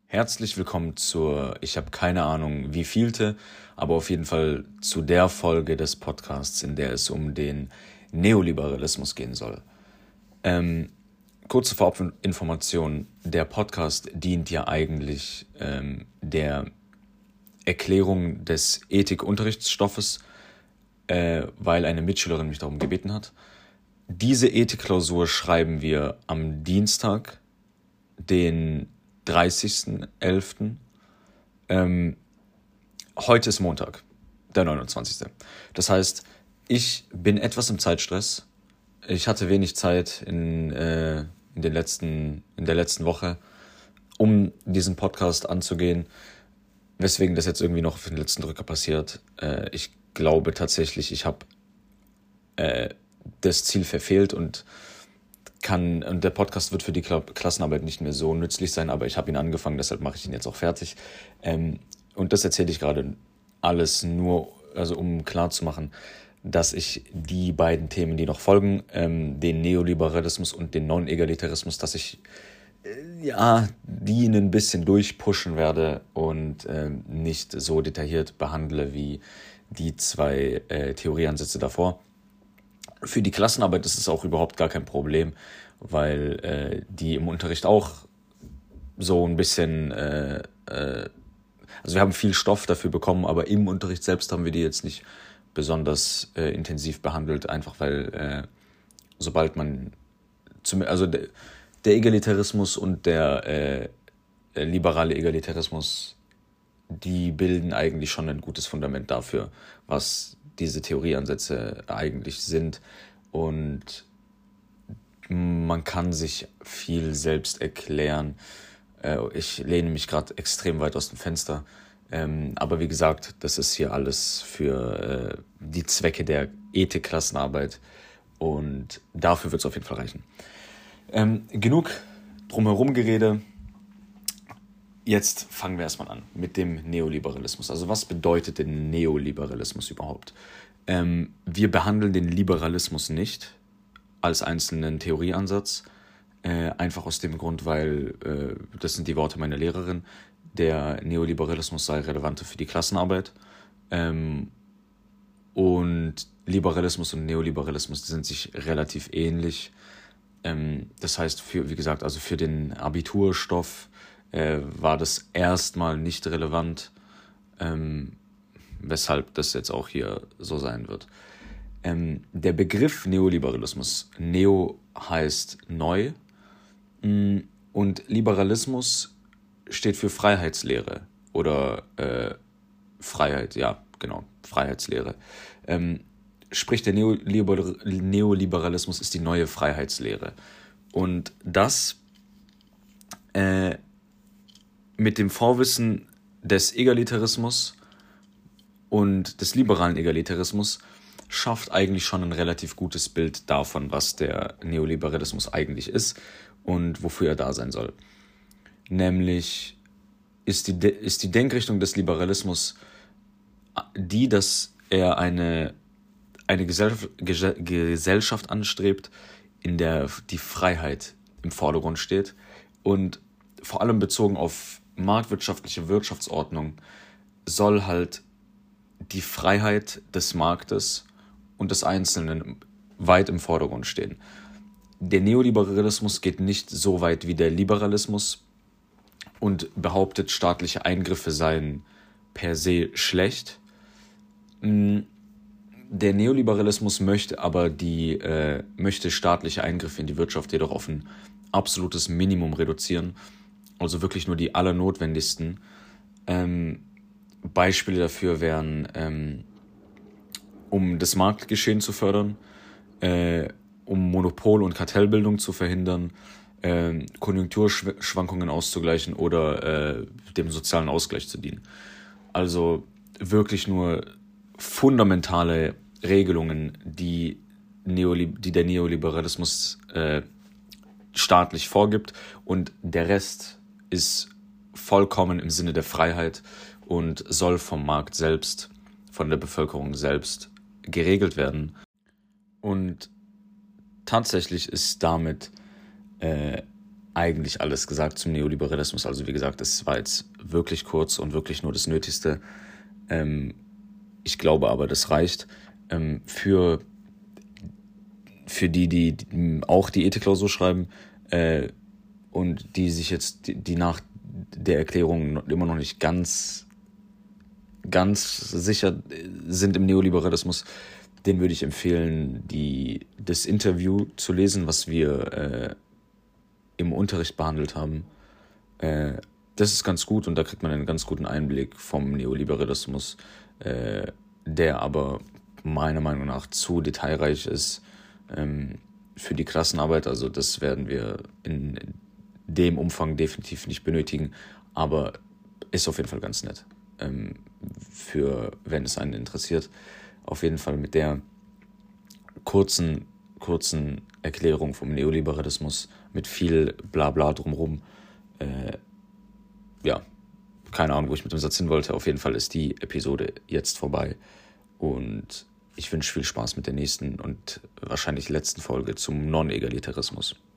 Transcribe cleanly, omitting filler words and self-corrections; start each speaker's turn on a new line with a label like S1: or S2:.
S1: Herzlich willkommen ich habe keine Ahnung wievielte, aber auf jeden Fall zu der Folge des Podcasts, in der es um den Neoliberalismus gehen soll. Kurze Vorabinformation, der Podcast dient ja eigentlich der Erklärung des Ethikunterrichtsstoffes, weil eine Mitschülerin mich darum gebeten hat. Diese Ethikklausur schreiben wir am Dienstag, den 30.11. Heute ist Montag, der 29. Das heißt, ich bin etwas im Zeitstress. Ich hatte wenig Zeit in der letzten Woche, um diesen Podcast anzugehen, weswegen das jetzt irgendwie noch auf den letzten Drücker passiert. Ich glaube tatsächlich, ich habe das Ziel verfehlt und der Podcast wird für die Klassenarbeit nicht mehr so nützlich sein, aber ich habe ihn angefangen, deshalb mache ich ihn jetzt auch fertig. Und das erzähle ich gerade alles nur, also um klarzumachen, dass ich die beiden Themen, die noch folgen, den Neoliberalismus und den Non-Egalitarismus, dass ich die ein bisschen durchpushen werde und nicht so detailliert behandle wie die zwei Theorieansätze davor. Für die Klassenarbeit ist es auch überhaupt gar kein Problem, weil die im Unterricht auch so ein bisschen, also wir haben viel Stoff dafür bekommen, aber im Unterricht selbst haben wir die jetzt nicht besonders intensiv behandelt, einfach weil sobald man, der Egalitarismus und der liberale Egalitarismus, die bilden eigentlich schon ein gutes Fundament dafür, was diese Theorieansätze eigentlich sind, und man kann sich viel selbst erklären. Ich lehne mich gerade extrem weit aus dem Fenster, aber wie gesagt, das ist hier alles für die Zwecke der Ethik-Klassenarbeit und dafür wird es auf jeden Fall reichen. Genug drumherum Gerede. Jetzt fangen wir erstmal an mit dem Neoliberalismus. Also was bedeutet denn Neoliberalismus überhaupt? Wir behandeln den Liberalismus nicht als einzelnen Theorieansatz, einfach aus dem Grund, weil, das sind die Worte meiner Lehrerin, der Neoliberalismus sei relevanter für die Klassenarbeit. Und Liberalismus und Neoliberalismus sind sich relativ ähnlich. Das heißt, wie gesagt, also für den Abiturstoff war das erstmal nicht relevant, weshalb das jetzt auch hier so sein wird. Der Begriff Neoliberalismus, Neo heißt neu, und Liberalismus steht für Freiheitslehre oder Freiheit, ja, genau, Freiheitslehre. Sprich, der Neoliberalismus ist die neue Freiheitslehre. Und das mit dem Vorwissen des Egalitarismus und des liberalen Egalitarismus schafft eigentlich schon ein relativ gutes Bild davon, was der Neoliberalismus eigentlich ist und wofür er da sein soll. Nämlich ist die Denkrichtung des Liberalismus die, dass er eine Gesellschaft anstrebt, in der die Freiheit im Vordergrund steht und vor allem bezogen auf marktwirtschaftliche Wirtschaftsordnung soll halt die Freiheit des Marktes und des Einzelnen weit im Vordergrund stehen. Der Neoliberalismus geht nicht so weit wie der Liberalismus und behauptet, staatliche Eingriffe seien per se schlecht. Der Neoliberalismus möchte staatliche Eingriffe in die Wirtschaft jedoch auf ein absolutes Minimum reduzieren, also wirklich nur die allernotwendigsten. Beispiele dafür wären, um das Marktgeschehen zu fördern, um Monopol- und Kartellbildung zu verhindern, Konjunkturschwankungen auszugleichen oder dem sozialen Ausgleich zu dienen. Also wirklich nur fundamentale Regelungen, die der Neoliberalismus staatlich vorgibt, und der Rest ist vollkommen im Sinne der Freiheit und soll vom Markt selbst, von der Bevölkerung selbst geregelt werden. Und tatsächlich ist damit eigentlich alles gesagt zum Neoliberalismus. Also wie gesagt, es war jetzt wirklich kurz und wirklich nur das Nötigste. Ich glaube aber, das reicht. Für die auch die Ethikklausur schreiben und die sich jetzt, die nach der Erklärung immer noch nicht ganz sicher sind im Neoliberalismus, denen würde ich empfehlen, das Interview zu lesen, was wir im Unterricht behandelt haben. Das ist ganz gut und da kriegt man einen ganz guten Einblick vom Neoliberalismus, der aber meiner Meinung nach zu detailreich ist für die Klassenarbeit. Also das werden wir in dem Umfang definitiv nicht benötigen, aber ist auf jeden Fall ganz nett, für wenn es einen interessiert. Auf jeden Fall mit der kurzen Erklärung vom Neoliberalismus mit viel Blabla drumherum. Ja, keine Ahnung, wo ich mit dem Satz hin wollte. Auf jeden Fall ist die Episode jetzt vorbei und ich wünsche viel Spaß mit der nächsten und wahrscheinlich letzten Folge zum Non-Egalitarismus.